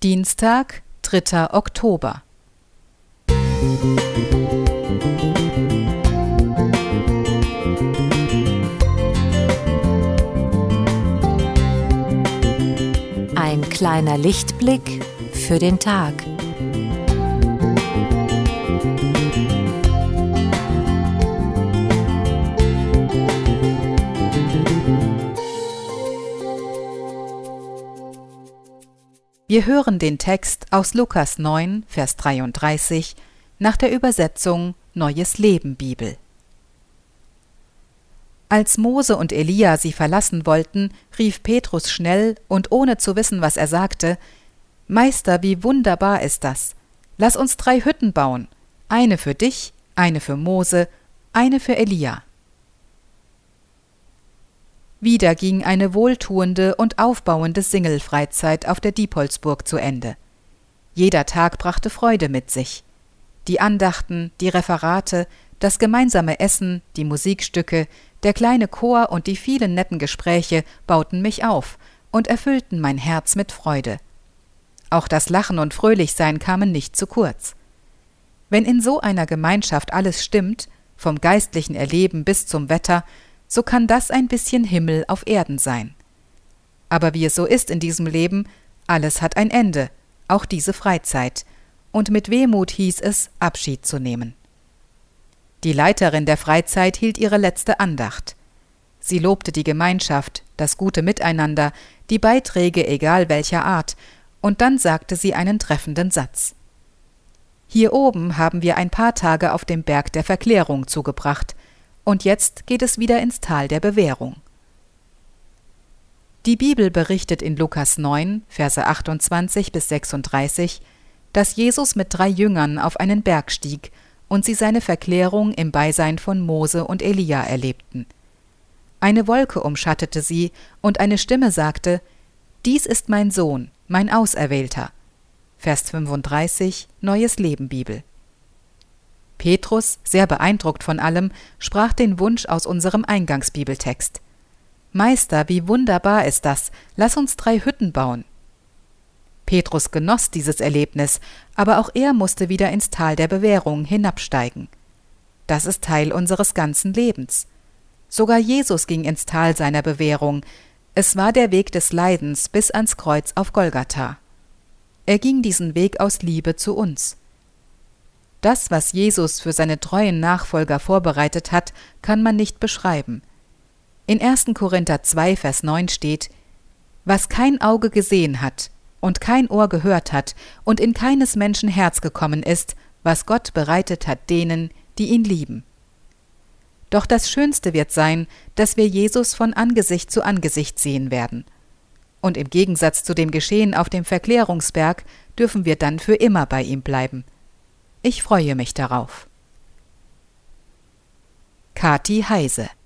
Dienstag, 3. Oktober. Ein kleiner Lichtblick für den Tag. Wir hören den Text aus Lukas 9, Vers 33 nach der Übersetzung Neues Leben Bibel. Als Mose und Elia sie verlassen wollten, rief Petrus schnell und ohne zu wissen, was er sagte: »Meister, wie wunderbar ist das! Lass uns 3 Hütten bauen, eine für dich, eine für Mose, eine für Elia.« Wieder ging eine wohltuende und aufbauende Single-Freizeit auf der Diepholzburg zu Ende. Jeder Tag brachte Freude mit sich. Die Andachten, die Referate, das gemeinsame Essen, die Musikstücke, der kleine Chor und die vielen netten Gespräche bauten mich auf und erfüllten mein Herz mit Freude. Auch das Lachen und Fröhlichsein kamen nicht zu kurz. Wenn in so einer Gemeinschaft alles stimmt, vom geistlichen Erleben bis zum Wetter, so kann das ein bisschen Himmel auf Erden sein. Aber wie es so ist in diesem Leben, alles hat ein Ende, auch diese Freizeit, und mit Wehmut hieß es, Abschied zu nehmen. Die Leiterin der Freizeit hielt ihre letzte Andacht. Sie lobte die Gemeinschaft, das gute Miteinander, die Beiträge egal welcher Art, und dann sagte sie einen treffenden Satz. Hier oben haben wir ein paar Tage auf dem Berg der Verklärung zugebracht, und jetzt geht es wieder ins Tal der Bewährung. Die Bibel berichtet in Lukas 9, Verse 28 bis 36, dass Jesus mit 3 Jüngern auf einen Berg stieg und sie seine Verklärung im Beisein von Mose und Elia erlebten. Eine Wolke umschattete sie, und eine Stimme sagte: »Dies ist mein Sohn, mein Auserwählter.« Vers 35, Neues Leben Bibel. Petrus, sehr beeindruckt von allem, sprach den Wunsch aus unserem Eingangsbibeltext: »Meister, wie wunderbar ist das! Lass uns 3 Hütten bauen!« Petrus genoss dieses Erlebnis, aber auch er musste wieder ins Tal der Bewährung hinabsteigen. Das ist Teil unseres ganzen Lebens. Sogar Jesus ging ins Tal seiner Bewährung. Es war der Weg des Leidens bis ans Kreuz auf Golgatha. Er ging diesen Weg aus Liebe zu uns. Das, was Jesus für seine treuen Nachfolger vorbereitet hat, kann man nicht beschreiben. In 1. Korinther 2, Vers 9 steht: »Was kein Auge gesehen hat und kein Ohr gehört hat und in keines Menschen Herz gekommen ist, was Gott bereitet hat denen, die ihn lieben.« Doch das Schönste wird sein, dass wir Jesus von Angesicht zu Angesicht sehen werden. Und im Gegensatz zu dem Geschehen auf dem Verklärungsberg dürfen wir dann für immer bei ihm bleiben. Ich freue mich darauf. Kathi Heise.